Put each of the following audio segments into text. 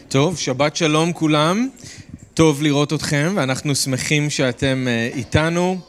טוב, שבת שלום כולם, טוב לראות אתכם ואנחנו שמחים שאתם איתנו.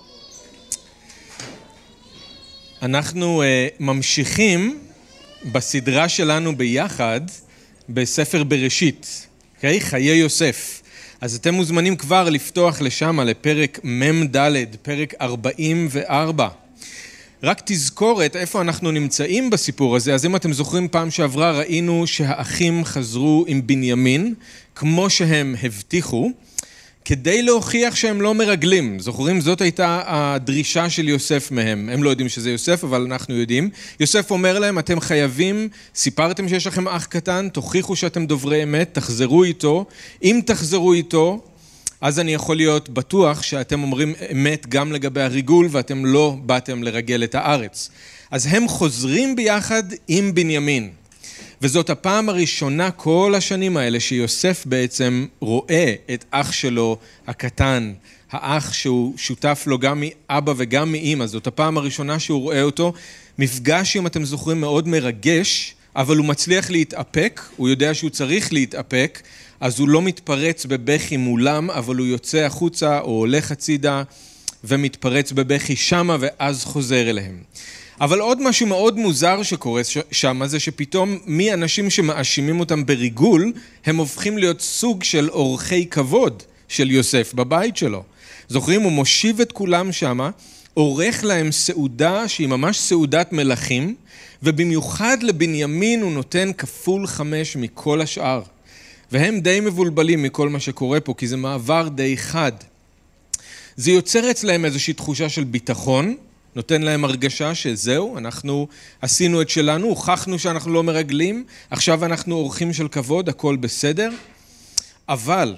אנחנו ממשיכים בסדרה שלנו ביחד בספר בראשית, חיי יוסף. אז אתם מוזמנים כבר לפתוח לשם לפרק מ"ד, פרק 44. רק תזכורת איפה אנחנו נמצאים בסיפור הזה. אז אם אתם זוכרים, פעם שעברה ראינו שהאחים חזרו עם בנימין כמו שהם הבטיחו, כדי להוכיח שהם לא מרגלים. זוכרים? זאת הייתה הדרישה של יוסף מהם. הם לא יודעים שזה יוסף, אבל אנחנו יודעים. יוסף אומר להם, אתם חייבים, סיפרתם שיש לכם אח קטן, תוכיחו שאתם דוברי אמת, תחזרו איתו. אם תחזרו איתו, אז אני יכול להיות בטוח שאתם אומרים אמת גם לגבי הריגול, ואתם לא באתם לרגל את הארץ. אז הם חוזרים ביחד עם בנימין. וזאת הפעם הראשונה כל השנים האלה שיוסף בעצם רואה את אח שלו הקטן, האח שהוא שותף לו גם מאבא וגם מאמא. זאת הפעם הראשונה שהוא רואה אותו. מפגש, אם אתם זוכרים, מאוד מרגש, אבל הוא מצליח להתאפק, הוא יודע שהוא צריך להתאפק, אז הוא לא מתפרץ בבכי מולם, אבל הוא יוצא החוצה או הולך הצידה ומתפרץ בבכי שמה ואז חוזר אליהם. אבל עוד משהו מאוד מוזר שקורה שם, זה שפתאום מאנשים שמאשימים אותם בריגול, הם הופכים להיות סוג של אורחי כבוד של יוסף בבית שלו. זוכרים? הוא מושיב את כולם שמה, עורך להם סעודה שהיא ממש סעודת מלכים, ובמיוחד לבנימין הוא נותן כפול 5 מכל השאר. והם די מבולבלים מכל מה שקורה פה, כי זה מעבר די חד. זה יוצר אצלהם איזושהי תחושה של ביטחון, נותן להם הרגשה שזהו, אנחנו עשינו את שלנו, הוכחנו שאנחנו לא מרגלים, עכשיו אנחנו אורחים של כבוד, הכל בסדר. אבל,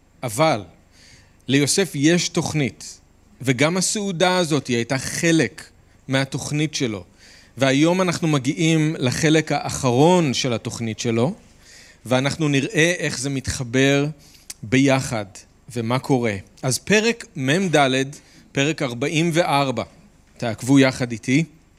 ליוסף יש תוכנית, וגם הסעודה הזאת היא הייתה חלק מהתוכנית שלו. והיום אנחנו מגיעים לחלק האחרון של התוכנית שלו, ואנחנו נראה איך זה מתחבר ביחד ומה קורה. אז פרק מ"ד, פרק 44, תעקבו יחד איתי.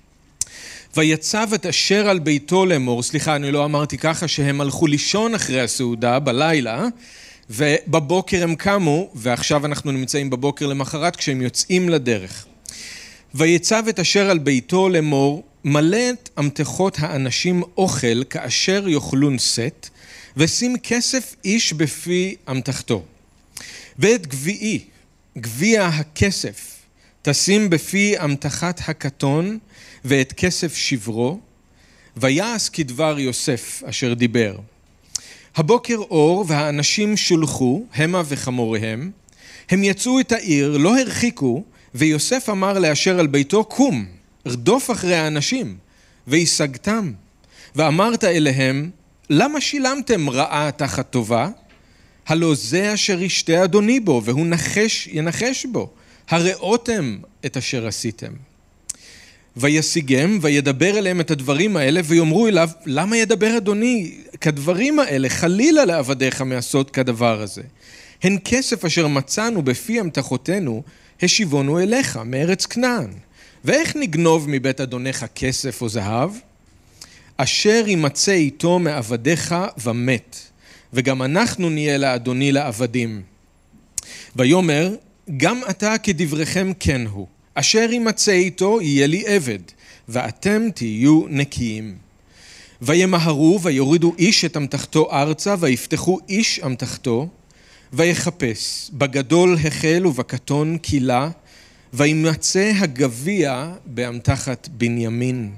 ויצב את אשר על ביתו לאמור, סליחה, אני לא אמרתי ככה, שהם הלכו לישון אחרי הסעודה בלילה, ובבוקר הם קמו, ועכשיו אנחנו נמצאים בבוקר למחרת כשהם יוצאים לדרך. ויצב את אשר על ביתו לאמור, מלא את אמתחות האנשים אוכל כאשר יאכלון שאת, ושים כסף איש בפי אמתחתו. ואת גביע הכסף, תשים בפי אמתחת הקטון, ואת כסף שברו, ויעש כדבר יוסף אשר דיבר. הבוקר אור והאנשים שולחו, המה וחמוריהם, הם יצאו את העיר, לא הרחיקו, ויוסף אמר לאשר על ביתו, קום, רדוף אחרי האנשים, והשגתם. ואמרת אליהם, למה שילמתם רעה תחת טובה? הלא זה אשר ישתה אדוני בו, והוא ינחש בו. הראותם את אשר עשיתם. וישיגם, וידבר אליהם את הדברים האלה, ויאמרו אליו, למה ידבר אדוני כדברים האלה? חלילה לעבדיך מעשות כדבר הזה. הן כסף אשר מצאנו בפי אמתחותינו, השיבונו אליך מארץ כנען. ואיך נגנוב מבית אדונך כסף או זהב? אשר ימצא איתו מעבדיך ומת, וגם אנחנו נהיה לאדוני לעבדים. ויאמר, גם אתה כדבריכם כן הוא, אשר ימצא איתו יהיה לי עבד, ואתם תהיו נקיים. וימהרו ויורידו איש את אמתחתו ארצה, ויפתחו איש אמתחתו, ויחפש, בגדול החל ובקטון קילה, וימצא הגביע באמתחת בנימין.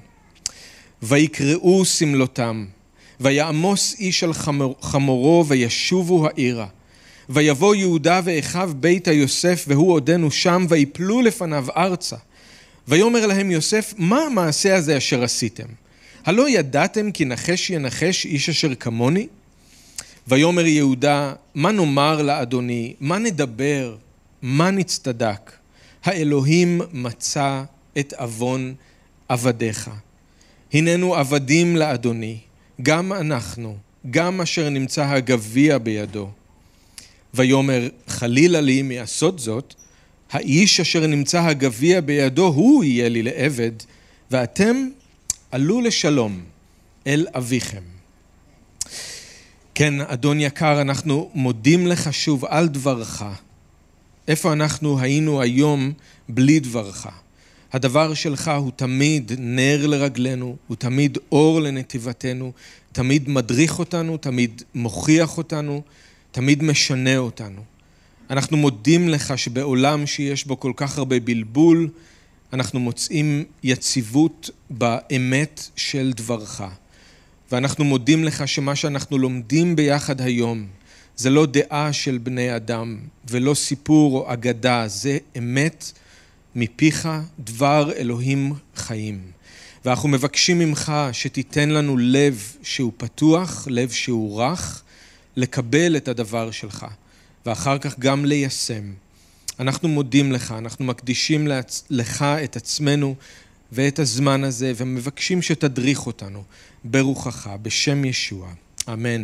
ויקראו סמלותם, ויעמוס איש על חמורו וישובו העירה. ויבוא יהודה ואחיו ביתה יוסף והוא עודנו שם, ויפלו לפניו ארצה. ויאמר להם יוסף, מה המעשה הזה אשר עשיתם? הלא ידעתם כי נחש ינחש איש אשר כמוני? ויאמר יהודה, מה נאמר לאדוני? מה נדבר? מה נצטדק? האלוהים מצא את עוון עבדיך. הננו עבדים לאדוני, גם אנחנו, גם אשר נמצא הגביע בידו. ויאמר, חלילה לי מעשות זאת, האיש אשר נמצא הגביע בידו הוא יהיה לי לעבד, ואתם עלו לשלום אל אביכם. כן, אדון יקר, אנחנו מודים לך שוב על דברך. איפה אנחנו היינו היום בלי דברך? הדבר שלך הוא תמיד נר לרגלינו, הוא תמיד אור לנתיבתנו, תמיד מדריך אותנו, תמיד מוכיח אותנו, תמיד משנה אותנו. אנחנו מודים לך שבעולם שיש בו כל כך הרבה בלבול, אנחנו מוצאים יציבות באמת של דברך. ואנחנו מודים לך שמה שאנחנו לומדים ביחד היום, זה לא דעה של בני אדם, ולא סיפור או אגדה, זה אמת מפיך, דבר אלוהים חיים. ואנחנו מבקשים ממך שתיתן לנו לב שהוא פתוח, לב שהוא רך, לקבל את הדבר שלך, ואחר כך גם ליישם. אנחנו מודים לך, אנחנו מקדישים לך את עצמנו ואת הזמן הזה, ומבקשים שתדריך אותנו ברוחך, בשם ישוע. אמן.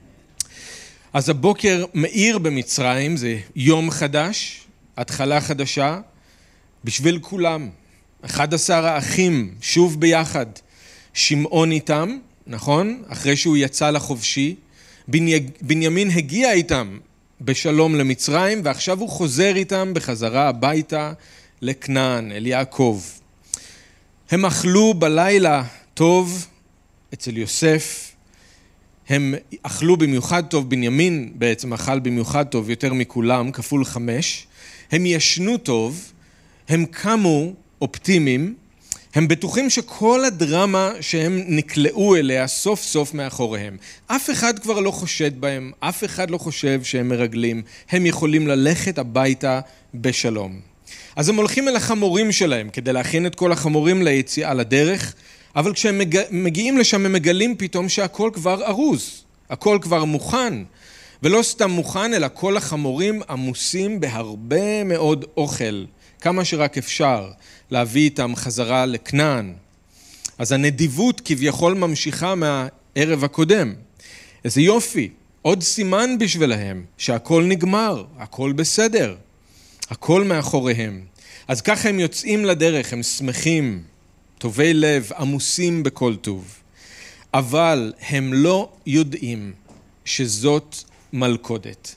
אז הבוקר מאיר במצרים, זה יום חדש, התחלה חדשה, בשביל כולם. 11 האחים שוב ביחד, שמעון איתם, נכון? אחרי שהוא יצא לחופשי, בנימין הגיע איתם בשלום למצרים, ועכשיו הוא חוזר איתם בחזרה הביתה לכנען, אל יעקב. הם אכלו בלילה טוב אצל יוסף, הם אכלו במיוחד טוב, בנימין בעצם אכל במיוחד טוב יותר מכולם, כפול 5, הם ישנו טוב, הם קמו אופטימיים, הם בטוחים שכל הדרמה שהם נקלעו אליה סוף סוף מאחוריהם. אף אחד כבר לא חושד בהם, אף אחד לא חושב שהם מרגלים, הם יכולים ללכת הביתה בשלום. אז הם הולכים אל החמורים שלהם כדי להכין את כל החמורים ליציאה לדרך, אבל כשהם מגיעים לשם הם מגלים פתאום שהכל כבר ארוז, הכל כבר מוכן, ולא סתם מוכן אלא כל החמורים עמוסים בהרבה מאוד אוכל, כמה שרק אפשר להביא איתם חזרה לכנען. אז הנדיבות כביכול ממשיכה מהערב הקודם. איזה יופי, עוד סימן בשבילהם שהכל נגמר, הכל בסדר, הכל מאחוריהם. אז ככה הם יוצאים לדרך, הם שמחים, טובי לב, עמוסים בכל טוב. אבל הם לא יודעים שזאת מלכודת.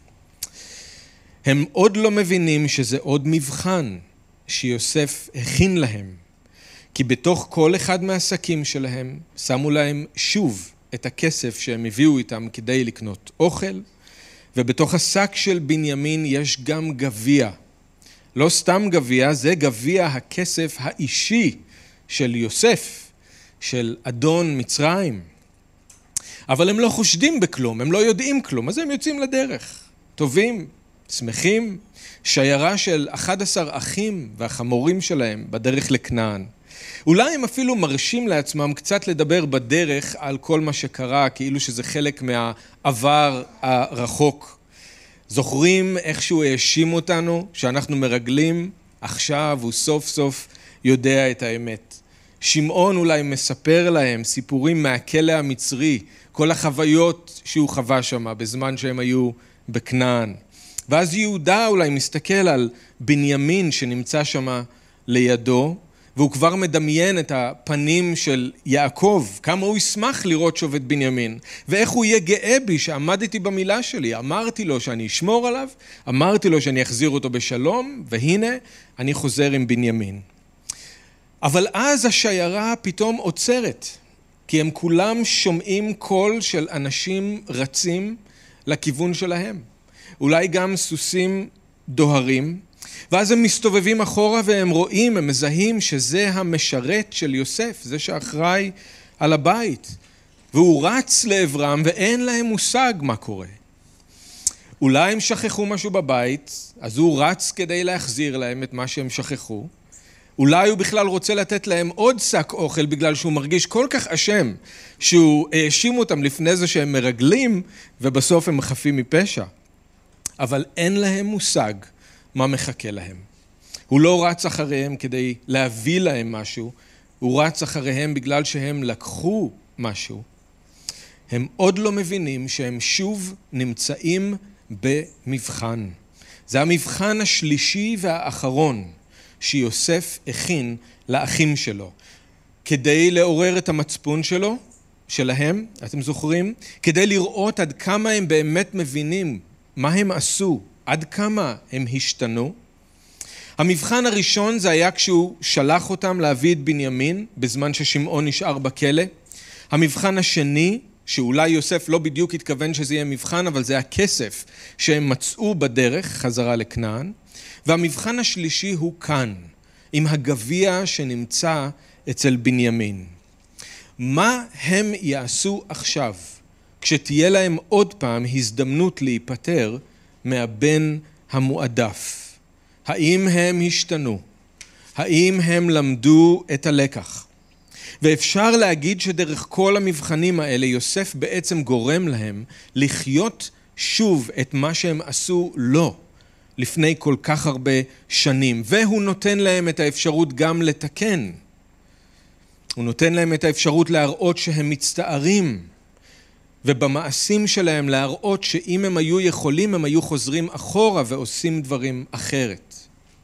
הם עוד לא מבינים שזה עוד מבחן שיוסף הכין להם. כי בתוך כל אחד מהעסקים שלהם שמו להם שוב את הכסף שהם הביאו איתם כדי לקנות אוכל, ובתוך השק של בנימין יש גם גביע. לא סתם גביע, זה גביע הכסף האישי של יוסף, של אדון מצרים. אבל הם לא חושדים בכלום, הם לא יודעים כלום, אז הם יוצאים לדרך. טובים, שמחים, שיירה של 11 אחים והחמורים שלהם בדרך לכנען. אולי הם אפילו מרשים לעצמם קצת לדבר בדרך על כל מה שקרה, כאילו שזה חלק מהעבר הרחוק. זוכרים איך שהוא האשים אותנו, שאנחנו מרגלים, עכשיו הוא סוף סוף יודע את האמת. שמעון אולי מספר להם סיפורים מהכלא המצרי, כל החוויות שהוא חווה שם בזמן שהם היו בכנען. ואז יהודה אולי מסתכל על בנימין שנמצא שם לידו, והוא כבר מדמיין את הפנים של יעקב, כמה הוא ישמח לראות שוב את בנימין, ואיך הוא יהיה גאה בי שעמדתי במילה שלי, אמרתי לו שאני אשמור עליו, אמרתי לו שאני אחזיר אותו בשלום, והנה אני חוזר עם בנימין. אבל אז השיירה פתאום עוצרת, כי הם כולם שומעים קול של אנשים רצים לכיוון שלהם. אולי גם סוסים דוהרים, ואז הם מסתובבים אחורה והם רואים, הם מזהים שזה המשרת של יוסף, זה שאחראי על הבית. והוא רץ לעברם ואין להם מושג מה קורה. אולי הם שכחו משהו בבית, אז הוא רץ כדי להחזיר להם את מה שהם שכחו. אולי הוא בכלל רוצה לתת להם עוד שק אוכל בגלל שהוא מרגיש כל כך אשם, שהוא האשים אותם לפני זה שהם מרגלים ובסוף הם חפים מפשע. אבל אין להם מושג מה מחכה להם. הוא לא רץ אחריהם כדי להביא להם משהו, הוא רץ אחריהם בגלל שהם לקחו משהו. הם עוד לא מבינים שהם שוב נמצאים במבחן. זה המבחן השלישי והאחרון שיוסף הכין לאחים שלו, כדי לעורר את המצפון שלו שלהם, אתם זוכרים? כדי לראות עד כמה הם באמת מבינים מה הם עשו, עד כמה הם השתנו. המבחן הראשון זה היה כשהוא שלח אותם להביא את בנימין, בזמן ששמעון נשאר בכלא. המבחן השני, שאולי יוסף לא בדיוק התכוון שזה יהיה מבחן, אבל זה הכסף שהם מצאו בדרך חזרה לכנען. והמבחן השלישי הוא כאן, עם הגביע שנמצא אצל בנימין. מה הם יעשו עכשיו, כשתהיה להם עוד פעם הזדמנות להיפטר מהבן המועדף? האם הם השתנו? האם הם למדו את הלקח? ואפשר להגיד שדרך כל המבחנים האלה יוסף בעצם גורם להם לחיות שוב את מה שהם עשו לו לפני כל כך הרבה שנים, והוא נותן להם את האפשרות גם לתקן. הוא נותן להם את האפשרות להראות שהם מצטערים, ובמעשים שלהם להראות שאם הם היו יכולים, הם היו חוזרים אחורה ועושים דברים אחרת.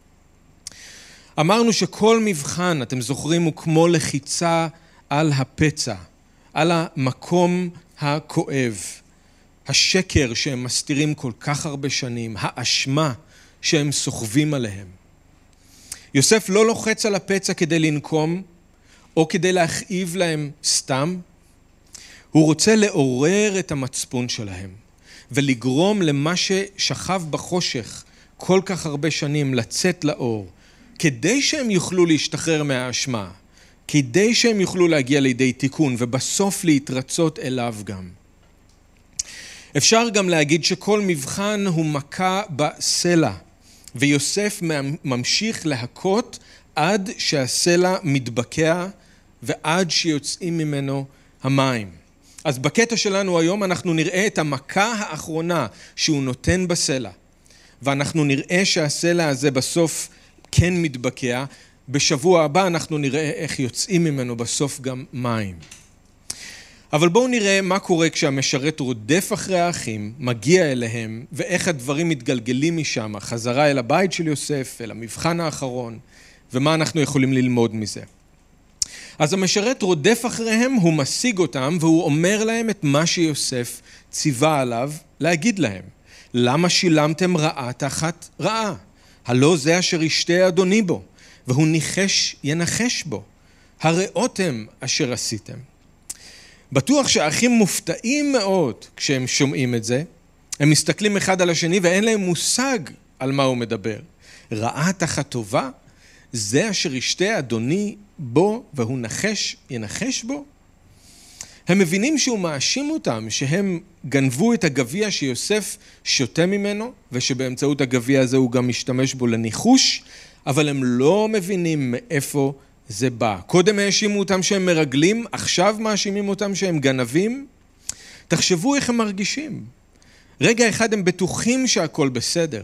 אמרנו שכל מבחן, אתם זוכרים, הוא כמו לחיצה על הפצע, על המקום הכואב, השקר שהם מסתירים כל כך הרבה שנים, האשמה שהם סוחבים עליהם. יוסף לא לוחץ על הפצע כדי לנקום, או כדי להכאיב להם סתם. הוא רוצה לעורר את המצפון שלהם, ולגרום למה ששכב בחושך כל כך הרבה שנים לצאת לאור, כדי שהם יוכלו להשתחרר מהאשמה, כדי שהם יוכלו להגיע לידי תיקון, ובסוף להתרצות אליו גם. אפשר גם להגיד שכל מבחן הוא מכה בסלע, ויוסף ממשיך להכות עד שהסלע מתבקע, ועד שיוצאים ממנו המים. אז בקטע שלנו היום אנחנו נראה את המכה האחרונה שהוא נותן בסלע, ואנחנו נראה שהסלע הזה בסוף כן מתבקע. בשבוע הבא אנחנו נראה איך יוצאים ממנו בסוף גם מים. אבל בואו נראה מה קורה כשהמשרת רודף אחרי האחים, מגיע אליהם, ואיך הדברים מתגלגלים משם, חזרה אל הבית של יוסף, אל המבחן האחרון, ומה אנחנו יכולים ללמוד מזה. אז המשרת רודף אחריהם, הוא משיג אותם, והוא אומר להם את מה שיוסף ציווה עליו להגיד להם. למה שילמתם רעה תחת רעה? הלא זה אשר ישתה אדוני בו, והוא ינחש בו. הראותם אשר עשיתם. בטוח שהאחים מופתעים מאוד כשהם שומעים את זה. הם מסתכלים אחד על השני ואין להם מושג על מה הוא מדבר. רעה תחת טובה? זה אשר ישתה אדוני בו והוא ינחש בו? הם מבינים שהוא מאשים אותם שהם גנבו את הגביע שיוסף שותה ממנו, ושבאמצעות הגביע הזה הוא גם משתמש בו לניחוש, אבל הם לא מבינים מאיפה זה בא. קודם האשימו אותם שהם מרגלים, עכשיו מאשימים אותם שהם גנבים. תחשבו איך הם מרגישים. רגע אחד הם בטוחים שהכל בסדר,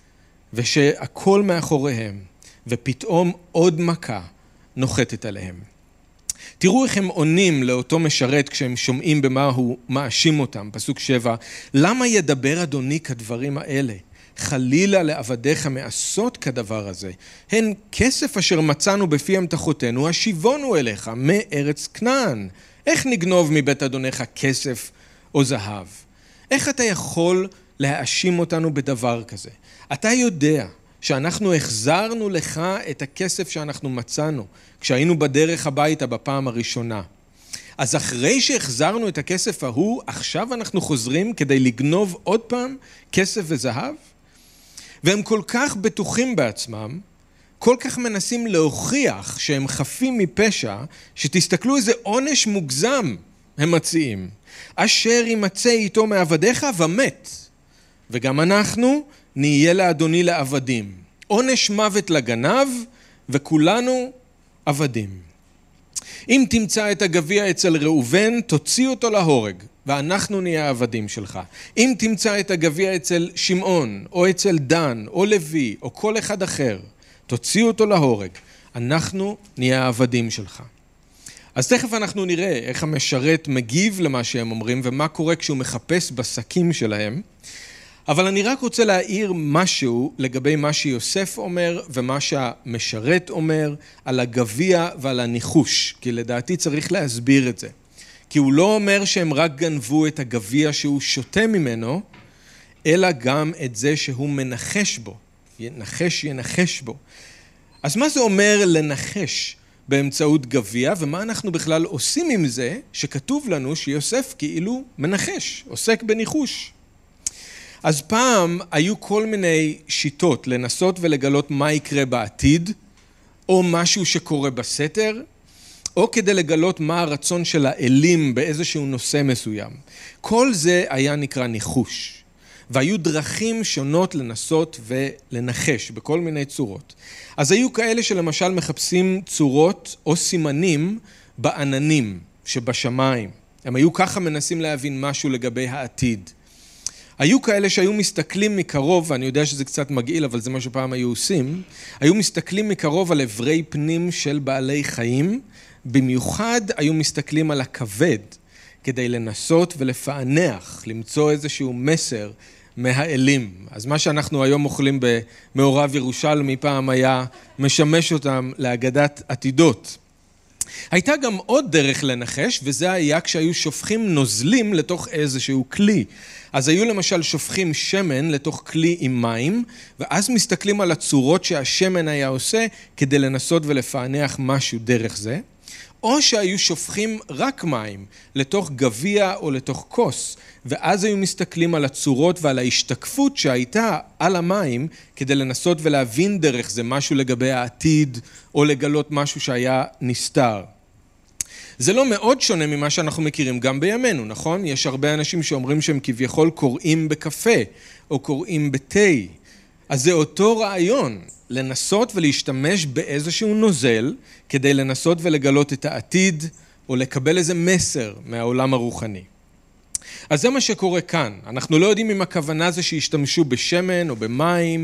ושהכל מאחוריהם, ופתאום עוד מכה נוחתת עליהם. תראו איך הם עונים לאותו משרת כשהם שומעים במה הוא מאשים אותם. פסוק 7, למה ידבר אדוני כדברים האלה? חלילה לעבדיך מעשות כדבר הזה. הן כסף אשר מצאנו בפי המתחותינו, השיבונו אליך מארץ כנען. איך נגנוב מבית אדונך כסף או זהב? איך אתה יכול להאשים אותנו בדבר כזה? אתה יודע שאנחנו החזרנו לך את הכסף שאנחנו מצאנו, כשהיינו בדרך הביתה בפעם הראשונה. אז אחרי שהחזרנו את הכסף ההוא, עכשיו אנחנו חוזרים כדי לגנוב עוד פעם כסף וזהב? והם כל כך בטוחים בעצמם, כל כך מנסים להוכיח שהם חפים מפשע, שתסתכלו איזה עונש מוגזם הם מציעים. אשר ימצא איתו מעבדיך ומת, וגם אנחנו נהיה לאדוני לעבדים. עונש מוות לגנב, וכולנו עבדים. אם תמצא את הגביע אצל ראובן, תוציא אותו להורג, ואנחנו נהיה העבדים שלך. אם תמצא את הגביע אצל שמעון, או אצל דן, או לוי, או כל אחד אחר, תוציא אותו להורג, אנחנו נהיה העבדים שלך. אז תכף אנחנו נראה איך המשרת מגיב למה שהם אומרים, ומה קורה כשהוא מחפש בשקים שלהם. אבל אני רק רוצה להעיר משהו לגבי מה שיוסף אומר ומה שהמשרת אומר על הגביע ועל הניחוש, כי לדעתי צריך להסביר את זה. כי הוא לא אומר שהם רק גנבו את הגביע שהוא שותה ממנו, אלא גם את זה שהוא מנחש בו. ינחש בו. אז מה זה אומר לנחש באמצעות גביע, ומה אנחנו בכלל עושים עם זה שכתוב לנו שיוסף כאילו מנחש, עוסק בניחוש? אז פעם היו כל מיני שיטות לנסות ולגלות מה יקרה בעתיד, או משהו שקורה בסתר, או כדי לגלות מה הרצון של האלים באיזשהו נושא מסוים. כל זה היה נקרא ניחוש. והיו דרכים שונות לנסות ולנחש בכל מיני צורות. אז היו כאלה שלמשל מחפשים צורות או סימנים בעננים שבשמיים. הם היו ככה מנסים להבין משהו לגבי העתיד. היו כאלה שהיו מסתכלים מקרוב, ואני יודע שזה קצת מגעיל, אבל זה מה שפעם היו עושים, היו מסתכלים מקרוב על עברי פנים של בעלי חיים, במיוחד היו מסתכלים על הכבד, כדי לנסות ולפענח, למצוא איזשהו מסר מהאלים. אז מה שאנחנו היום אוכלים במעורב ירושלמי פעם היה משמש אותם להגדת עתידות. הייתה גם עוד דרך לנחש, וזה היה כשהיו שופכים נוזלים לתוך איזשהו כלי. אז היו למשל שופכים שמן לתוך כלי עם מים, ואז מסתכלים על הצורות שהשמן היה עושה כדי לנסות ולפענח משהו דרך זה. או שהיו שופכים רק מים לתוך גביע או לתוך כוס, ואז היו מסתכלים על הצורות ועל ההשתקפות שהייתה על המים, כדי לנסות ולהבין דרך זה משהו לגבי העתיד, או לגלות משהו שהיה נסתר. זה לא מאוד שונה ממה שאנחנו מכירים גם בימינו, נכון? יש הרבה אנשים שאומרים שהם כביכול קוראים בקפה, או קוראים בתה. אז זה אותו רעיון, לנסות ולהשתמש באיזשהו נוזל, כדי לנסות ולגלות את העתיד, או לקבל איזה מסר מהעולם הרוחני. אז זה מה שקורה כאן. אנחנו לא יודעים אם הכוונה זה שישתמשו בשמן או במים,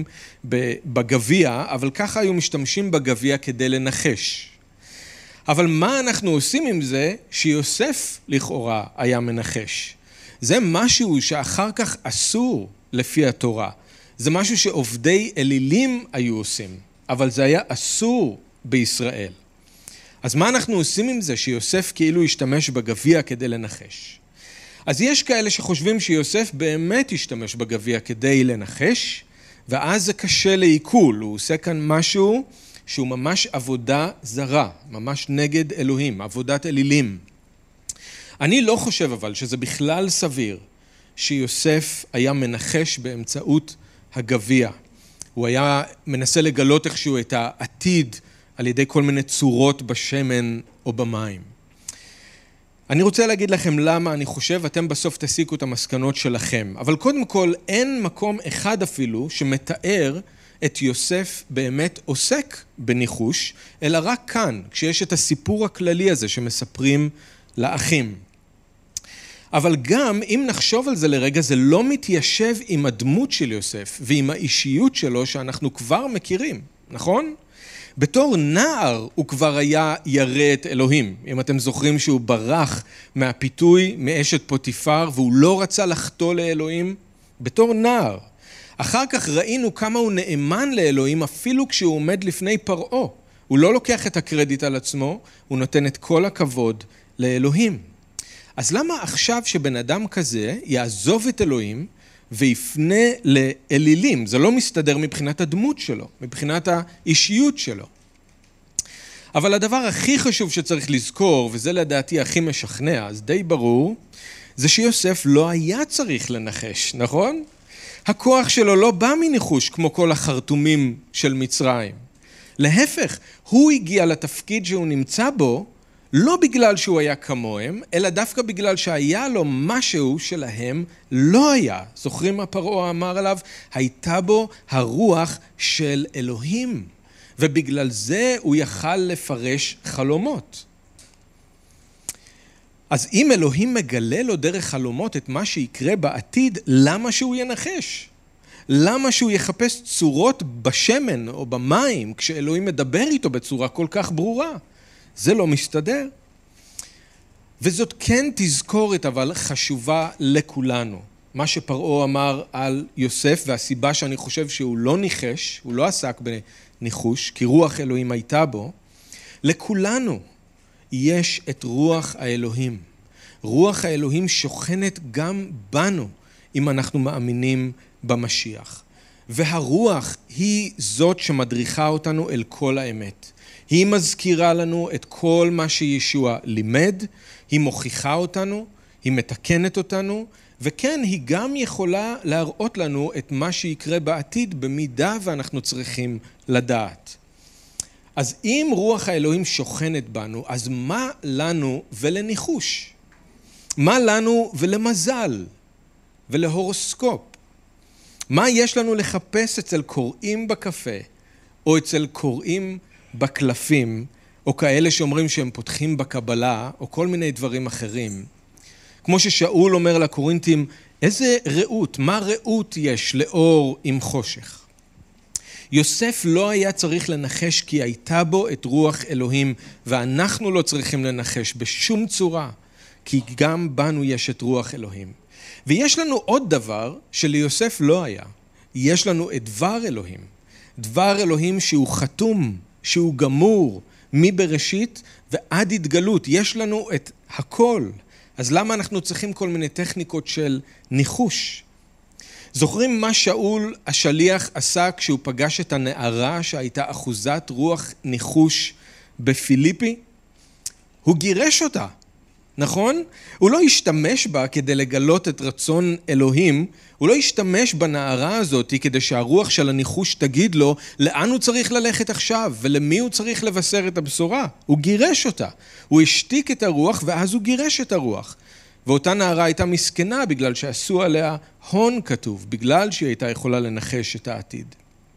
בגביע, אבל ככה היו משתמשים בגביע כדי לנחש. אבל מה אנחנו עושים עם זה שיוסף לכאורה היה מנחש? זה משהו שאחר כך אסור לפי התורה. זה משהו שעובדי אלילים היו עושים, אבל זה היה אסור בישראל. אז מה אנחנו עושים עם זה שיוסף כאילו השתמש בגביע כדי לנחש? אז יש כאלה שחושבים שיוסף באמת השתמש בגביע כדי לנחש, ואז זה קשה לעיכול, הוא עושה כאן משהו שהוא ממש עבודה זרה, ממש נגד אלוהים, עבודת אלילים. אני לא חושב אבל שזה בכלל סביר שיוסף היה מנחש באמצעות הגביע. הוא היה מנסה לגלות איכשהו את העתיד על ידי כל מיני צורות בשמן או במים. אני רוצה להגיד לכם למה אני חושב, אתם בסוף תסיקו את המסקנות שלכם. אבל קודם כל, אין מקום אחד אפילו שמתאר את יוסף באמת עוסק בניחוש, אלא רק כאן, כשיש את הסיפור הכללי הזה שמספרים לאחים. אבל גם אם נחשוב על זה לרגע, זה לא מתיישב עם הדמות של יוסף ועם האישיות שלו שאנחנו כבר מכירים, נכון? בתור נער הוא כבר היה ירא את אלוהים. אם אתם זוכרים שהוא ברח מהפיתוי מאשת פוטיפר והוא לא רצה לחטוא לאלוהים, בתור נער. אחר כך ראינו כמה הוא נאמן לאלוהים אפילו כשהוא עומד לפני פרעה. הוא לא לוקח את הקרדיט על עצמו, הוא נותן את כל הכבוד לאלוהים. אז למה עכשיו שבן אדם כזה יעזוב את אלוהים ויפנה לאלילים? זה לא מסתדר מבחינת הדמות שלו, מבחינת האישיות שלו. אבל הדבר הכי חשוב שצריך לזכור, וזה לדעתי הכי משכנע, אז די ברור, זה שיוסף לא היה צריך לנחש, נכון? הכוח שלו לא בא מניחוש כמו כל החרטומים של מצרים. להפך, הוא הגיע לתפקיד שהוא נמצא בו, לא בגלל שהוא היה כמוהם, אלא דווקא בגלל שהיה לו משהו שלהם לא היה. זוכרים מה פרעה אמר עליו? הייתה בו הרוח של אלוהים, ובגלל זה הוא יכל לפרש חלומות. אז אם אלוהים מגלה לו דרך חלומות את מה שיקרה בעתיד, למה שהוא ינחש? למה שהוא יחפש צורות בשמן או במים כשאלוהים מדבר איתו בצורה כל כך ברורה? זה לא מסתדר. וזאת כן תזכורת אבל חשובה לכולנו. מה שפרעה אמר על יוסף, והסיבה שאני חושב שהוא לא ניחש, הוא לא עסק בניחוש, כי רוח אלוהים הייתה בו, לכולנו יש את רוח האלוהים. רוח האלוהים שוכנת גם בנו, אם אנחנו מאמינים במשיח. והרוח היא זאת שמדריכה אותנו אל כל האמת. היא מזכירה לנו את כל מה שישוע לימד, היא מוכיחה אותנו, היא מתקנת אותנו, וכן, היא גם יכולה להראות לנו את מה שיקרה בעתיד במידה ואנחנו צריכים לדעת. אז אם רוח האלוהים שוכנת בנו, אז מה לנו ולניחוש? מה לנו ולמזל ולהורוסקופ? מה יש לנו לחפש אצל קוראים בקפה, או אצל קוראים בקלפים, או כאלה שאומרים שהם פותחים בקבלה, או כל מיני דברים אחרים? כמו ששאול אומר לקורינתים, איזה ראות, מה ראות יש לאור עם חושך? יוסף לא היה צריך לנחש כי הייתה בו את רוח אלוהים, ואנחנו לא צריכים לנחש בשום צורה, כי גם בנו יש את רוח אלוהים. ויש לנו עוד דבר שליוסף לא היה. יש לנו את דבר אלוהים. דבר אלוהים שהוא חתום, שהוא גמור, מבראשית ועד התגלות. יש לנו את הכל. אז למה אנחנו צריכים כל מיני טכניקות של ניחוש? זוכרים מה שאול השליח עשה כשהוא פגש את הנערה שהייתה אחוזת רוח ניחוש בפיליפי? הוא גירש אותה, נכון? הוא לא השתמש בה כדי לגלות את רצון אלוהים, הוא לא השתמש בנערה הזאת כדי שהרוח של הניחוש תגיד לו לאן הוא צריך ללכת עכשיו ולמי הוא צריך לבשר את הבשורה. הוא גירש אותה, הוא השתיק את הרוח ואז הוא גירש את הרוח. ואותה נערה הייתה מסכנה בגלל שעשו עליה הון כתוב, בגלל שהיא הייתה יכולה לנחש את העתיד.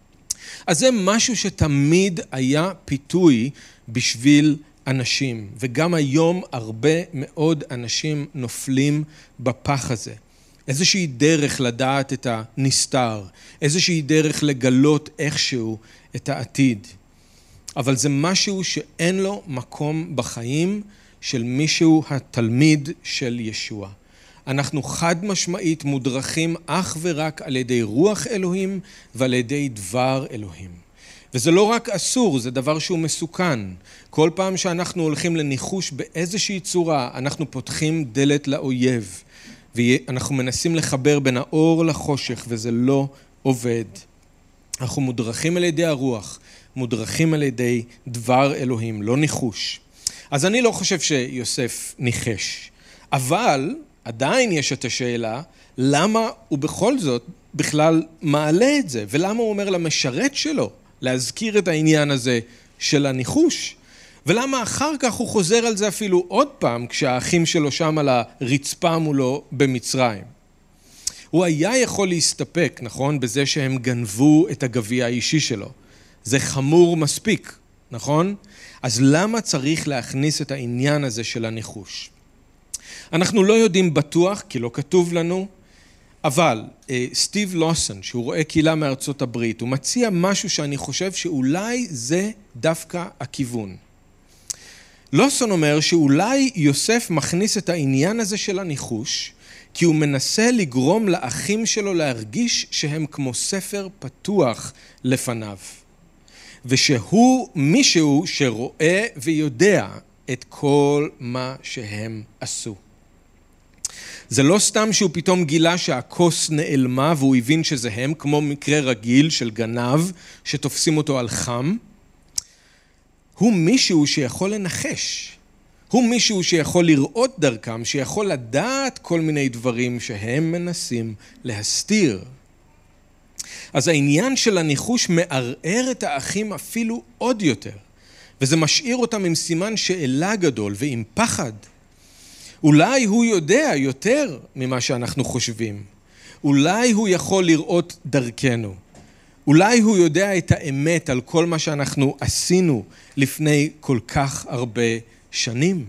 אז זה משהו שתמיד היה פיתוי בשביל אנשים, וגם היום הרבה מאוד אנשים נופלים בפח הזה. איזושהי דרך לדעת את הנסתר, איזושהי דרך לגלות איכשהו את העתיד. אבל זה משהו שאין לו מקום בחיים של מישהו התלמיד של ישוע. אנחנו חד משמעית מודרכים אך ורק על ידי רוח אלוהים ועל ידי דבר אלוהים. וזה לא רק אסור, זה דבר שהוא מסוכן. כל פעם שאנחנו הולכים לניחוש באיזושהי צורה, אנחנו פותחים דלת לאויב. ואנחנו מנסים לחבר בין האור לחושך, וזה לא עובד. אנחנו מודרכים על ידי הרוח, מודרכים על ידי דבר אלוהים, לא ניחוש. אז אני לא חושב שיוסף ניחש. אבל עדיין יש את השאלה, למה הוא בכל זאת בכלל מעלה את זה? ולמה הוא אומר למשרת שלו להזכיר את העניין הזה של הניחוש? ולמה אחר כך הוא חוזר על זה אפילו עוד פעם כשהאחים שלו שם על הרצפה מולו במצרים? הוא היה יכול להסתפק, נכון, בזה שהם גנבו את הגביע האישי שלו. זה חמור מספיק, נכון? אז למה צריך להכניס את העניין הזה של הניחוש? אנחנו לא יודעים בטוח, כי לא כתוב לנו, אבל סטיב לוסון, שהוא רואה קהילה מארצות הברית, הוא מציע משהו שאני חושב שאולי זה דווקא הכיוון. לוסון אומר שאולי יוסף מכניס את העניין הזה של הניחוש, כי הוא מנסה לגרום לאחים שלו להרגיש שהם כמו ספר פתוח לפניו. ושהוא מישהו שרואה ויודע את כל מה שהם עשו. זה לא סתם שהוא פתאום גילה שהכוס נעלמה והוא הבין שזה הם, כמו מקרה רגיל של גנב שתופסים אותו על חם. הוא מישהו שיכול לנחש. הוא מישהו שיכול לראות דרכם, שיכול לדעת כל מיני דברים שהם מנסים להסתיר. אז העניין של הניחוש מערער את האחים אפילו עוד יותר, וזה משאיר אותם עם סימן שאלה גדול ועם פחד. אולי הוא יודע יותר ממה שאנחנו חושבים. אולי הוא יכול לראות דרכנו. אולי הוא יודע את האמת על כל מה שאנחנו עשינו לפני כל כך הרבה שנים.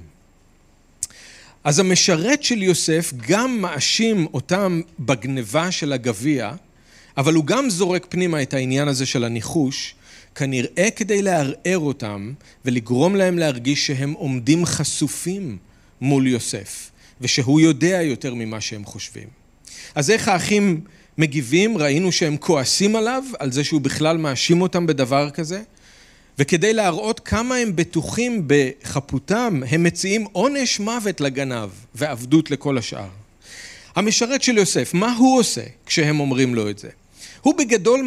אז המשרת של יוסף גם מאשים אותם בגניבה של הגביע, אבל הוא גם זורק פנימה את העניין הזה של הניחוש, כנראה כדי לערער אותם ולגרום להם להרגיש שהם עומדים חשופים מול יוסף, ושהוא יודע יותר ממה שהם חושבים. אז איך האחים מגיבים? ראינו שהם כועסים עליו, על זה שהוא בכלל מאשים אותם בדבר כזה, וכדי להראות כמה הם בטוחים בחפותם, הם מציעים עונש מוות לגנב ועבדות לכל השאר. המשרת של יוסף, מה הוא עושה כשהם אומרים לו את זה? הוא בגדול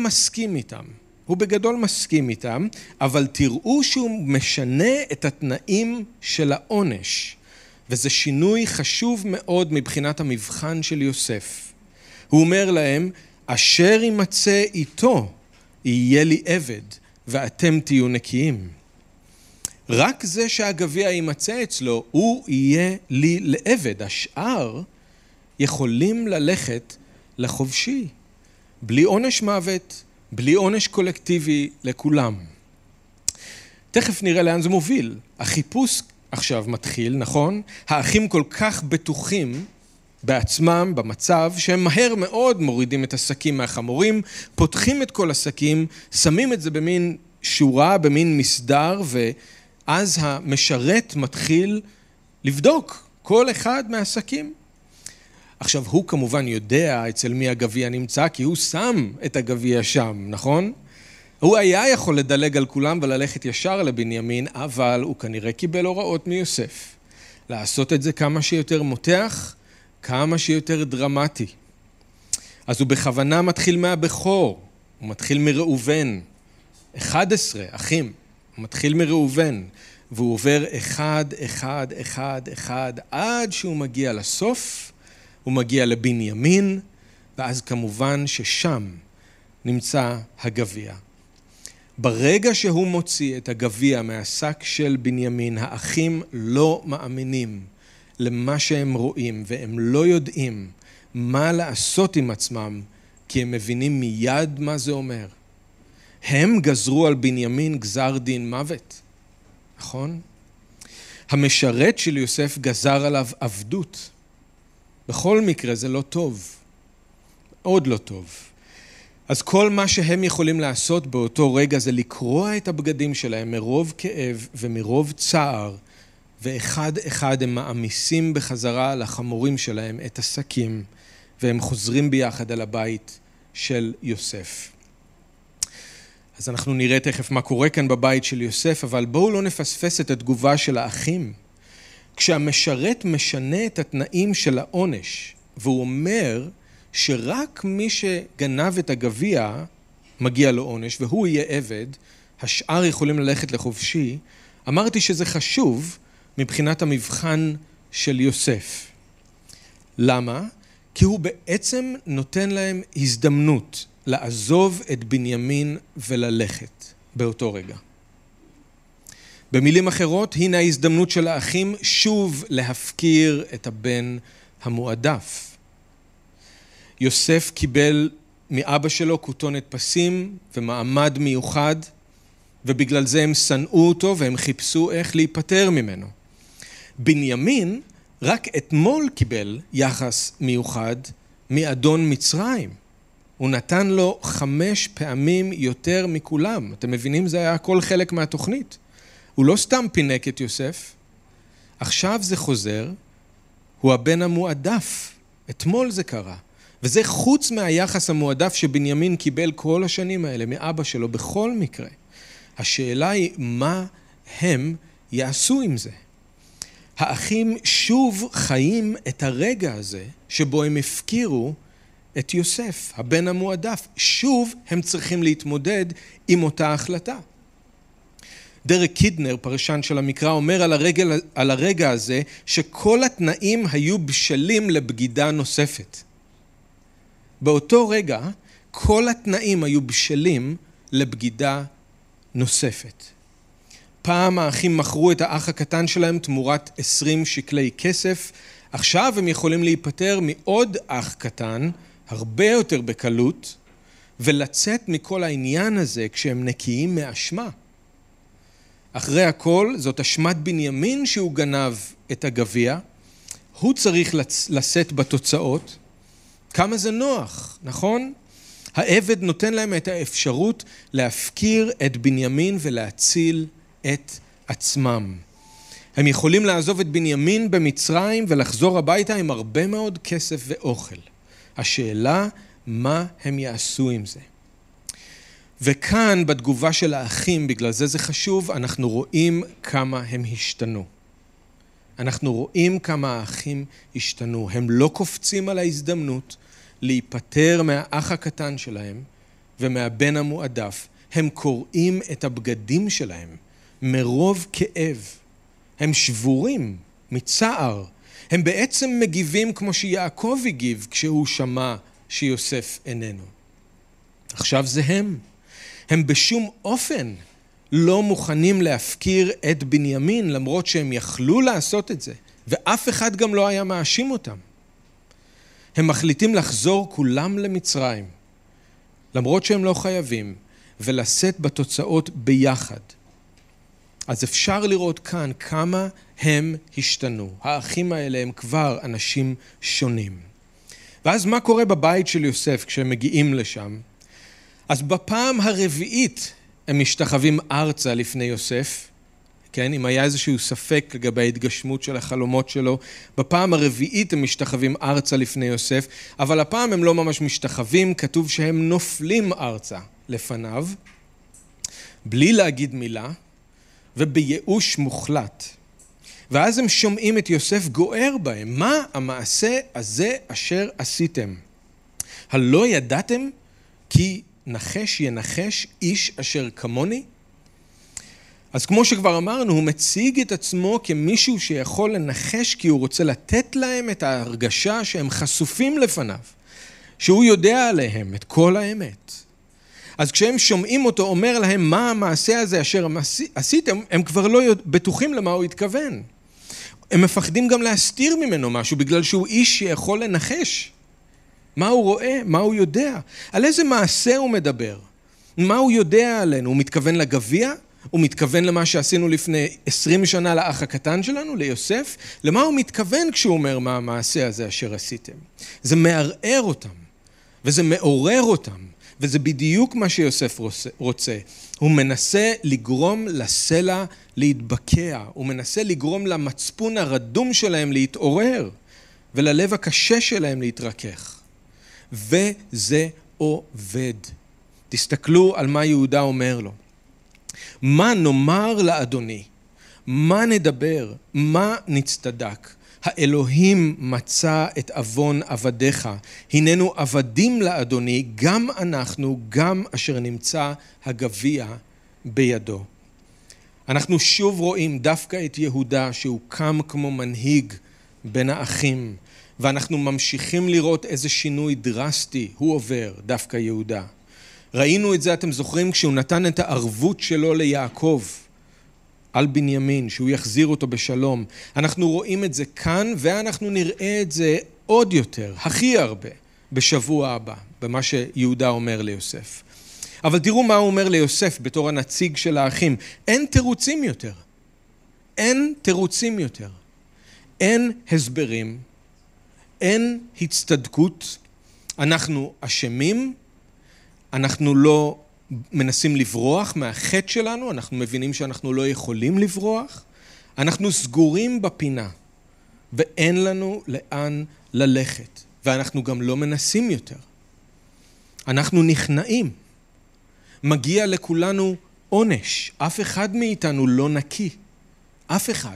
מסכים איתם, אבל תראו שהוא משנה את התנאים של העונש. וזה שינוי חשוב מאוד מבחינת המבחן של יוסף. הוא אומר להם, אשר יימצא איתו, יהיה לי עבד, ואתם תהיו נקיים. רק זה שהגביע יימצא אצלו, הוא יהיה לי לעבד. השאר יכולים ללכת לחופשי, בלי עונש מוות, בלי עונש קולקטיבי לכולם. תכף נראה לאן זה מוביל. החיפוש עכשיו מתחיל, נכון? האחים כל כך בטוחים בעצמם, במצב, שהם מהר מאוד מורידים את השקים מהחמורים, פותחים את כל השקים, שמים את זה במין שורה, במין מסדר, ואז המשרת מתחיל לבדוק כל אחד מהשקים. עכשיו, הוא כמובן יודע אצל מי הגביע נמצא, כי הוא שם את הגביע שם, נכון? הוא היה יכול לדלג על כולם וללכת ישר לבנימין, אבל הוא כנראה קיבל הוראות מיוסף. לעשות את זה כמה שיותר מותח, כמה שיותר דרמטי. אז הוא בכוונה מתחיל מהבכור, הוא מתחיל מראובן. 11 אחים, הוא מתחיל מראובן, והוא עובר אחד, עד שהוא מגיע לסוף, הוא מגיע לבנימין, ואז כמובן ששם נמצא הגביע. ברגע שהוא מוציא את הגביע מהשק של בנימין, האחים לא מאמינים למה שהם רואים, והם לא יודעים מה לעשות עם עצמם, כי הם מבינים מיד מה זה אומר. הם גזרו על בנימין גזר דין מוות, נכון? המשרת של יוסף גזר עליו עבדות. בכל מקרה זה לא טוב, עוד לא טוב. אז כל מה שהם יכולים לעשות באותו רגע זה לקרוע את הבגדים שלהם מרוב כאב ומרוב צער, ואחד אחד הם מעמיסים בחזרה לחמורים שלהם את השקים, והם חוזרים ביחד על הבית של יוסף. אז אנחנו נראה תכף מה קורה כאן בבית של יוסף, אבל בואו לא נפספס את התגובה של האחים. כשהמשרת משנה את התנאים של העונש, והוא אומר שרק מי שגנב את הגביע מגיע לו עונש, והוא יהיה עבד, השאר יכולים ללכת לחופשי, אמרתי שזה חשוב מבחינת המבחן של יוסף. למה? כי הוא בעצם נותן להם הזדמנות לעזוב את בנימין וללכת באותו רגע. במילים אחרות, הנה ההזדמנות של האחים שוב להפקיר את הבן המועדף. יוסף קיבל מאבא שלו כותונת פסים ומעמד מיוחד, ובגלל זה הם שנאו אותו והם חיפשו איך להיפטר ממנו. בנימין רק אתמול קיבל יחס מיוחד מאדון מצרים. הוא נתן לו 5 פעמים יותר מכולם. אתם מבינים? זה היה הכל חלק מהתוכנית. הוא לא סתם פינק את יוסף. עכשיו זה חוזר, הוא הבן המועדף. אתמול זה קרה. וזה חוץ מהיחס המועדף שבנימין קיבל כל השנים האלה מאבא שלו בכל מקרה. השאלה היא מה הם יעשו עם זה. האחים שוב חיים את הרגע הזה שבו הם הפקירו את יוסף, הבן המועדף. שוב הם צריכים להתמודד עם אותה החלטה. דרק קידנר, פרשן של המקרא, אומר על הרגע הזה שכל התנאים היו בשלים לבגידה נוספת. באותו רגע כל התנאים היו בשלים לבגידה נוספת. פעם האחים מכרו את האח הקטן שלהם תמורת 20 שקלי כסף, עכשיו הם יכולים להיפטר מעוד אח קטן, הרבה יותר בקלות, ולצאת מכל העניין הזה כשהם נקיים מאשמה. אחרי הכל, זאת אשמת בנימין שהוא גנב את הגביע, הוא צריך לשאת בתוצאות. כמה זה נוח, נכון? העבד נותן להם את האפשרות להפקיר את בנימין ולהציל את עצמם. הם יכולים לעזוב את בנימין במצרים ולחזור הביתה עם הרבה מאוד כסף ואוכל. השאלה, מה הם יעשו עם זה? וכאן בתגובה של האחים, בגלל זה חשוב, אנחנו רואים כמה הם השתנו. אנחנו רואים כמה האחים השתנו. הם לא קופצים על ההזדמנות להיפטר מהאח הקטן שלהם ומהבן המועדף. הם קוראים את הבגדים שלהם מרוב כאב. הם שבורים מצער. הם בעצם מגיבים כמו שיעקב הגיב כשהוא שמע שיוסף איננו. עכשיו זה הם. הם בשום אופן לא מוכנים להפקיר את בנימין, למרות שהם יכלו לעשות את זה, ואף אחד גם לא היה מאשים אותם. הם מחליטים לחזור כולם למצרים, למרות שהם לא חייבים, ולשאת בתוצאות ביחד. אז אפשר לראות כאן כמה הם השתנו. האחים האלה הם כבר אנשים שונים. ואז מה קורה בבית של יוסף כשהם מגיעים לשם? אז בפעם הרביעית הם משתחווים ארצה לפני יוסף, כן? אם היה איזשהו ספק לגבי ההתגשמות של החלומות שלו, בפעם הרביעית הם משתחווים ארצה לפני יוסף, אבל הפעם הם לא ממש משתחווים, כתוב שהם נופלים ארצה לפניו, בלי להגיד מילה, ובייאוש מוחלט. ואז הם שומעים את יוסף גוער בהם, מה המעשה הזה אשר עשיתם? הלא ידעתם כי נחש ינחש איש אשר כמוני? אז כמו שכבר אמרנו, הוא מציג את עצמו כמישהו שיכול לנחש, כי הוא רוצה לתת להם את ההרגשה שהם חשופים לפניו, שהוא יודע עליהם את כל האמת. אז כשהם שומעים אותו אומר להם מה המעשה הזה אשר עשיתם, הם כבר לא בטוחים למה הוא התכוון. הם מפחדים גם להסתיר ממנו משהו, בגלל שהוא איש שיכול לנחש. מה הוא רואה? מה הוא יודע? על איזה מעשה הוא מדבר? מה הוא יודע עלינו? הוא מתכוון לגביע? הוא מתכוון למה שעשינו לפני 20 שנה לאח הקטן שלנו, ליוסף? למה הוא מתכוון כשהוא אומר מה המעשה הזה אשר עשיתם? זה מערער אותם, וזה מעורר אותם, וזה בדיוק מה שיוסף רוצה. הוא מנסה לגרום לסלע להתבקע, הוא מנסה לגרום למצפון הרדום שלהם להתעורר, וללב הקשה שלהם להתרכך. וזה עובד. תסתכלו על מה יהודה אומר לו. מה נאמר לאדוני? מה נדבר? מה נצטדק? האלוהים מצא את אבון עבדיך. הננו עבדים לאדוני, גם אנחנו, גם אשר נמצא הגביע בידו. אנחנו שוב רואים דווקא את יהודה שהוא קם כמו מנהיג בין האחים, ואנחנו ממשיכים לראות איזה שינוי דרסטי הוא עובר, דווקא יהודה. ראינו את זה, אתם זוכרים, כשהוא נתן את הערבות שלו ליעקב על בנימין, שהוא יחזיר אותו בשלום. אנחנו רואים את זה כאן, ואנחנו נראה את זה עוד יותר, הכי הרבה, בשבוע הבא, במה שיהודה אומר ליוסף. אבל תראו מה הוא אומר ליוסף בתור הנציג של האחים. אין תירוצים יותר. אין תירוצים יותר. אין הסברים. אין הצטדקות. אנחנו אשמים. אנחנו לא מנסים לברוח מהחטא שלנו. אנחנו מבינים שאנחנו לא יכולים לברוח. אנחנו סגורים בפינה. ואין לנו לאן ללכת. ואנחנו גם לא מנסים יותר. אנחנו נכנעים. מגיע לכולנו עונש. אף אחד מאיתנו לא נקי. אף אחד.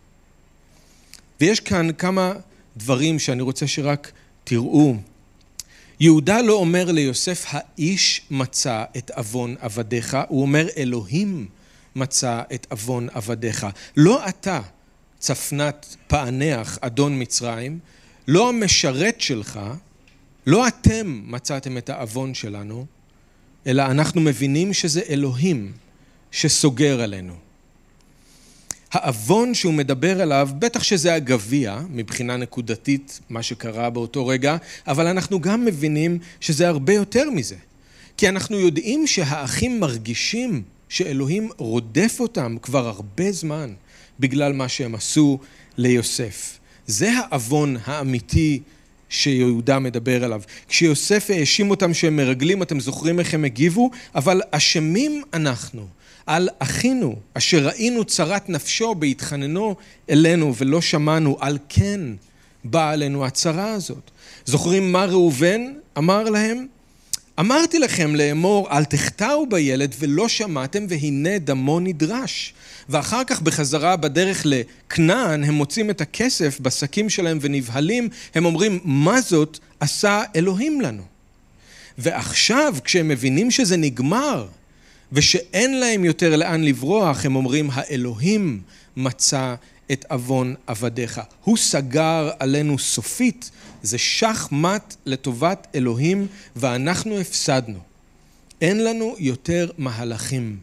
ויש כאן כמה דברים שאני רוצה שרק תראו. יהודה לא אומר ליוסף, האיש מצא את אבון עבדיך, הוא אומר, אלוהים מצא את אבון עבדיך. לא אתה, צפנת פענח אדון מצרים, לא המשרת שלך, לא אתם מצאתם את האבון שלנו, אלא אנחנו מבינים שזה אלוהים שסוגר עלינו. האבון שהוא מדבר עליו, בטח שזה הגביע, מבחינה נקודתית, מה שקרה באותו רגע, אבל אנחנו גם מבינים שזה הרבה יותר מזה. כי אנחנו יודעים שהאחים מרגישים שאלוהים רודף אותם כבר הרבה זמן, בגלל מה שהם עשו ליוסף. זה האבון האמיתי שיהודה מדבר עליו. כשיוסף האשים אותם שהם מרגלים, אתם זוכרים איך הם הגיבו? אבל אשמים אנחנו. על אחינו, אשר ראינו צרת נפשו בהתחננו אלינו ולא שמענו, על כן באה עלינו הצרה הזאת. זוכרים מה ראובן אמר להם? אמרתי לכם לאמור, אל תחטאו בילד, ולא שמעתם, והנה דמו נדרש. ואחר כך בחזרה בדרך לכנען, הם מוצאים את הכסף בשקים שלהם ונבהלים, הם אומרים, מה זאת עשה אלוהים לנו? ועכשיו, כשהם מבינים שזה נגמר, ושאין להם יותר לאן לברוח, הם אומרים, האלוהים מצא את עוון עבדיך. הוא סגר עלינו סופית, זה שחמט לטובת אלוהים, ואנחנו הפסדנו. אין לנו יותר מהלכים.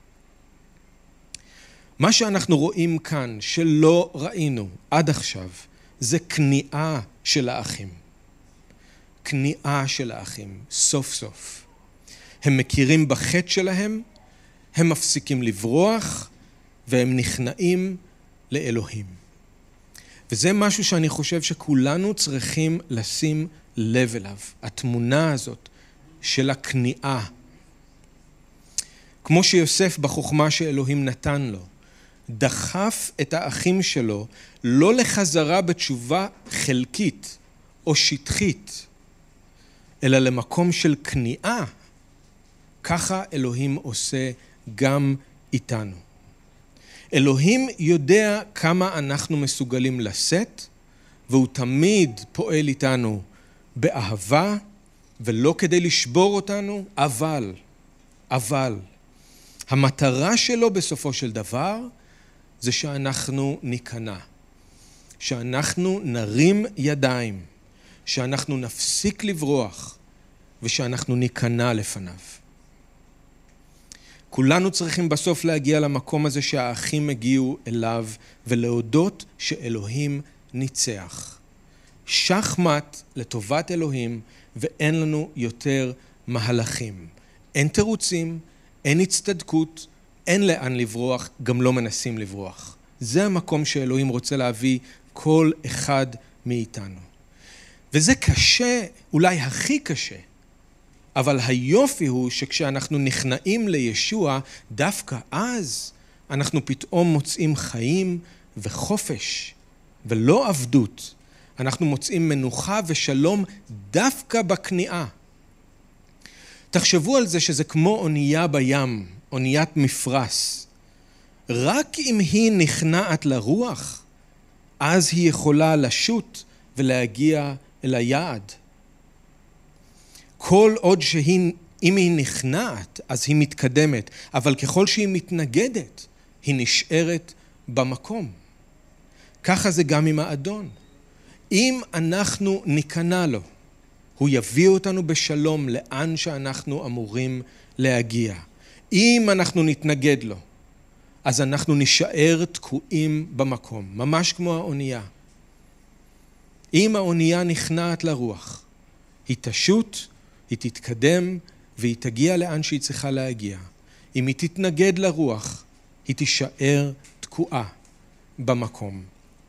מה שאנחנו רואים כאן, שלא ראינו עד עכשיו, זה כניעה של האחים. כניעה של האחים, סוף סוף. הם מכירים בחטא שלהם, הם מפסיקים לברוח, והם נכנעים לאלוהים. וזה משהו שאני חושב שכולנו צריכים לשים לב אליו. התמונה הזאת של הכניעה. כמו שיוסף בחוכמה שאלוהים נתן לו, דחף את האחים שלו לא לחזרה בתשובה חלקית או שטחית, אלא למקום של כניעה. ככה אלוהים עושה גם איתנו. אלוהים יודע כמה אנחנו מסוגלים לשאת, והוא תמיד פועל איתנו באהבה, ולא כדי לשבור אותנו, אבל, המטרה שלו בסופו של דבר, זה שאנחנו ניכנע, שאנחנו נרים ידיים, שאנחנו נפסיק לברוח, ושאנחנו ניכנע לפניו. כולנו צריכים בסוף להגיע למקום הזה שהאחים הגיעו אליו, ולהודות שאלוהים ניצח. שחמט לטובת אלוהים, ואין לנו יותר מהלכים. אין תירוצים, אין הצטדקות, אין לאן לברוח, גם לא מנסים לברוח. זה המקום שאלוהים רוצה להביא כל אחד מאיתנו. וזה קשה, אולי הכי קשה, אבל היופי הוא שכשאנחנו נכנעים לישוע, דווקא אז אנחנו פתאום מוצאים חיים וחופש, ולא עבדות. אנחנו מוצאים מנוחה ושלום דווקא בכניעה. תחשבו על זה שזה כמו אונייה בים, אוניית מפרש. רק אם היא נכנעת לרוח, אז היא יכולה לשוט ולהגיע אל היעד. כל עוד אם היא נכנעת, אז היא מתקדמת, אבל ככל שהיא מתנגדת, היא נשארת במקום. ככה זה גם עם האדון. אם אנחנו ניכנע לו, הוא יביא אותנו בשלום לאן שאנחנו אמורים להגיע. אם אנחנו נתנגד לו, אז אנחנו נשאר תקועים במקום, ממש כמו האונייה. אם האונייה נכנעת לרוח, היא תשוט, היא תתקדם והיא תגיע לאן שהיא צריכה להגיע. אם היא תתנגד לרוח, היא תישאר תקועה במקום.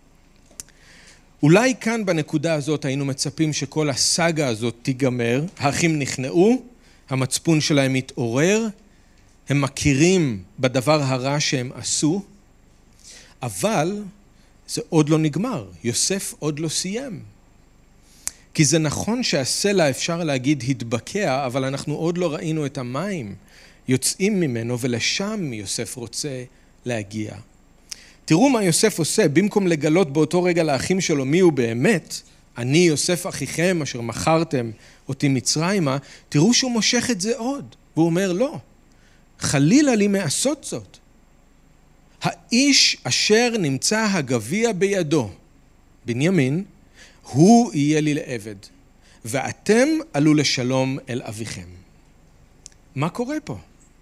אולי כאן בנקודה הזאת היינו מצפים שכל הסאגה הזאת תיגמר, האחים נכנעו, המצפון שלהם מתעורר, הם מכירים בדבר הרע שהם עשו, אבל זה עוד לא נגמר, יוסף עוד לא סיים. כי זה נכון שהסלע אפשר להגיד התבקע, אבל אנחנו עוד לא ראינו את המים יוצאים ממנו, ולשם יוסף רוצה להגיע. תראו מה יוסף עושה, במקום לגלות באותו רגע לאחים שלו מי הוא באמת, אני יוסף אחיכם אשר מכרתם אותי מצרימה, תראו שהוא מושך את זה עוד, והוא אומר לא, חלילה לי מעשות זאת. האיש אשר נמצא הגביע בידו, בנימין, הוא יהיה לי לעבד, ואתם עלו לשלום אל אביכם. מה קורה פה?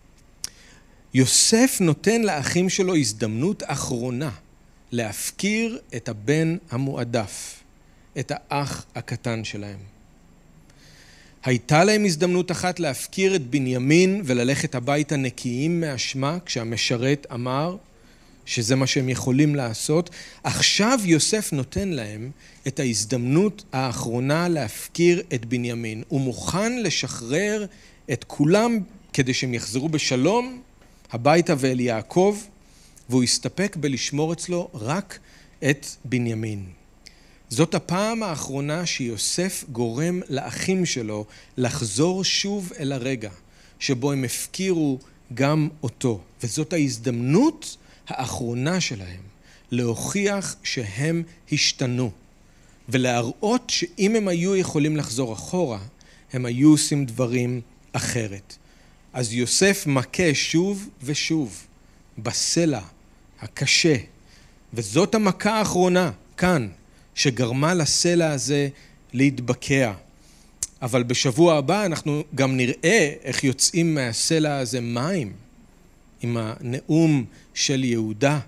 יוסף נותן לאחים שלו הזדמנות אחרונה להפקיר את הבן המועדף, את האח הקטן שלהם. הייתה להם הזדמנות אחת להפקיר את בנימין וללכת הביתה נקיים מאשמה, כשהמשרת אמר שזה מה שהם יכולים לעשות. עכשיו יוסף נותן להם את ההזדמנות האחרונה להפקיר את בנימין. הוא מוכן לשחרר את כולם כדי שהם יחזרו בשלום הביתה ואל יעקב, והוא יסתפק בלשמור אצלו רק את בנימין. זאת הפעם האחרונה שיוסף גורם לאחים שלו לחזור שוב אל הרגע שבו הם הפקירו גם אותו. וזאת ההזדמנות האחרונה שלהם להוכיח שהם השתנו, ולהראות שאם הם היו יכולים לחזור אחורה, הם היו עושים דברים אחרת. אז יוסף מכה שוב ושוב בסלע הקשה, וזאת המכה האחרונה כאן, שגרמה לסלע הזה להתבקע. אבל בשבוע הבא אנחנו גם נראה איך יוצאים מהסלע הזה מים, עם הנאום של יהודה.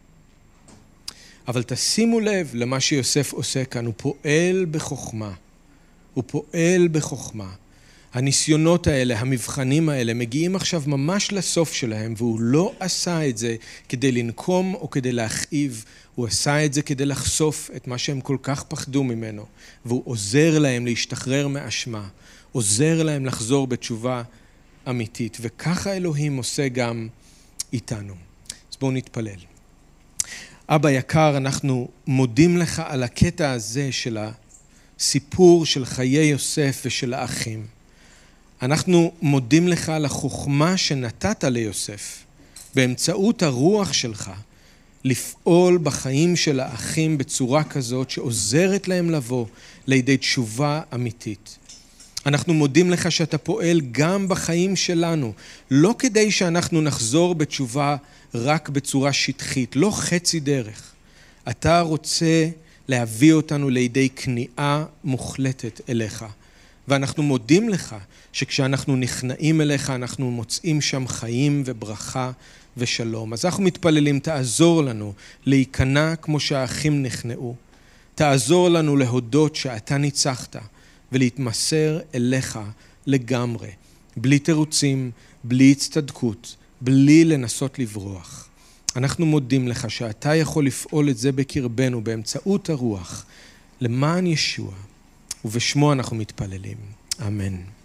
אבל תשימו לב למה שיוסף עושה כאן, הוא פועל בחוכמה. הוא פועל בחוכמה. הניסיונות האלה, המבחנים האלה, מגיעים עכשיו ממש לסוף שלהם, והוא לא עשה את זה כדי לנקום או כדי להכאיב, הוא עשה את זה כדי לחשוף את מה שהם כל כך פחדו ממנו, והוא עוזר להם להשתחרר מאשמה, עוזר להם לחזור בתשובה אמיתית, וככה אלוהים עושה גם איתנו. אז בואו נתפלל. אבא יקר, אנחנו מודים לך על הקטע הזה של הסיפור של חיי יוסף ושל האחים. אנחנו מודים לך על החוכמה שנתת ליוסף, באמצעות הרוח שלך, לפעול בחיים של האחים בצורה כזאת שעוזרת להם לבוא לידי תשובה אמיתית. אנחנו מודים לך שאתה פועל גם בחיים שלנו, לא כדי שאנחנו נחזור בתשובה רק בצורה שטחית, לא חצי דרך. אתה רוצה להביא אותנו לידי כניעה מוחלטת אליך. ואנחנו מודים לך שכשאנחנו נכנעים אליך אנחנו מוצאים שם חיים וברכה ושלום. אז אנחנו מתפללים, תעזור לנו להיכנע כמו שהאחים נכנעו. תעזור לנו להודות שאתה ניצחת ולהתמסר אליך לגמרי, בלי תירוצים, בלי הצטדקות, בלי לנסות לברוח. אנחנו מודים לך שאתה יכול לפעול את זה בקרבנו באמצעות הרוח, למען ישוע, ובשמו אנחנו מתפללים. אמן.